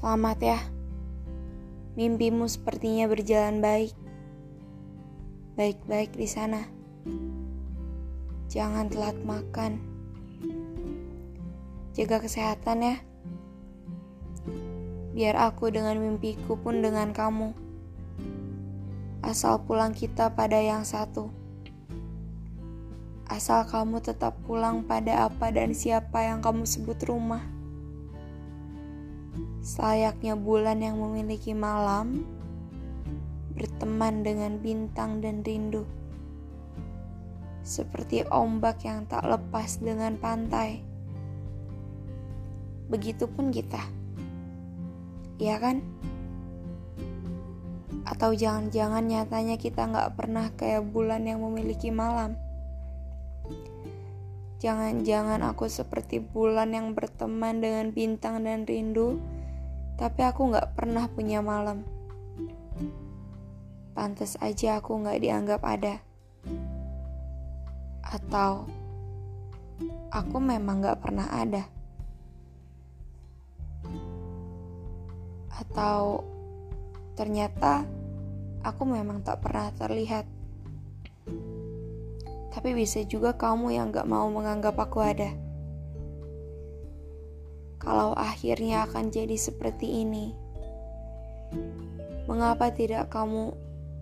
Selamat ya, mimpimu sepertinya berjalan baik. Baik-baik di sana. Jangan telat makan. Jaga kesehatan ya. Biar aku dengan mimpiku pun dengan kamu. Asal pulang kita pada yang satu. Asal kamu tetap pulang pada apa dan siapa yang kamu sebut rumah. Selayaknya bulan yang memiliki malam, berteman dengan bintang dan rindu. Seperti ombak yang tak lepas dengan pantai. Begitupun kita. Iya kan? Atau jangan-jangan nyatanya kita gak pernah kayak bulan yang memiliki malam. Jangan-jangan aku seperti bulan yang berteman dengan bintang dan rindu, tapi aku gak pernah punya malam. Pantas aja aku gak dianggap ada. Atau aku memang gak pernah ada. Atau ternyata aku memang tak pernah terlihat. Tapi bisa juga kamu yang gak mau menganggap aku ada. Kalau akhirnya akan jadi seperti ini, mengapa tidak kamu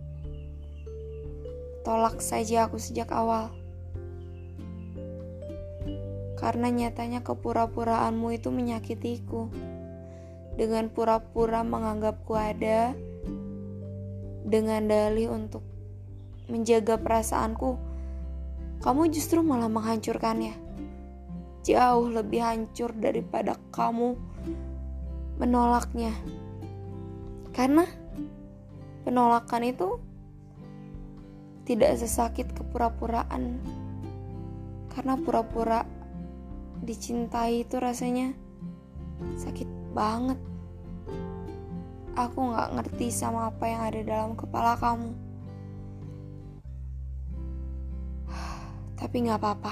tolak saja aku sejak awal? Karena nyatanya kepura-puraanmu itu menyakitiku. Dengan pura-pura menganggapku ada, dengan dalih untuk menjaga perasaanku, kamu justru malah menghancurkannya. Jauh lebih hancur daripada kamu menolaknya. Karena penolakan itu tidak sesakit kepura-puraan. Karena pura-pura dicintai itu rasanya sakit banget. Aku gak ngerti sama apa yang ada dalam kepala kamu. Tapi gak apa-apa.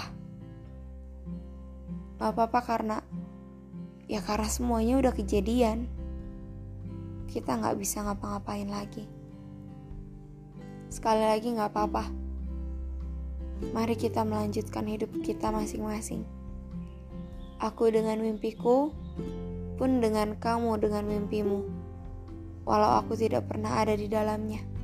Gak apa-apa karena semuanya udah kejadian. Kita gak bisa ngapa-ngapain lagi. Sekali lagi gak apa-apa. Mari kita melanjutkan hidup kita masing-masing. Aku dengan mimpiku, pun dengan kamu dengan mimpimu. Walau aku tidak pernah ada di dalamnya.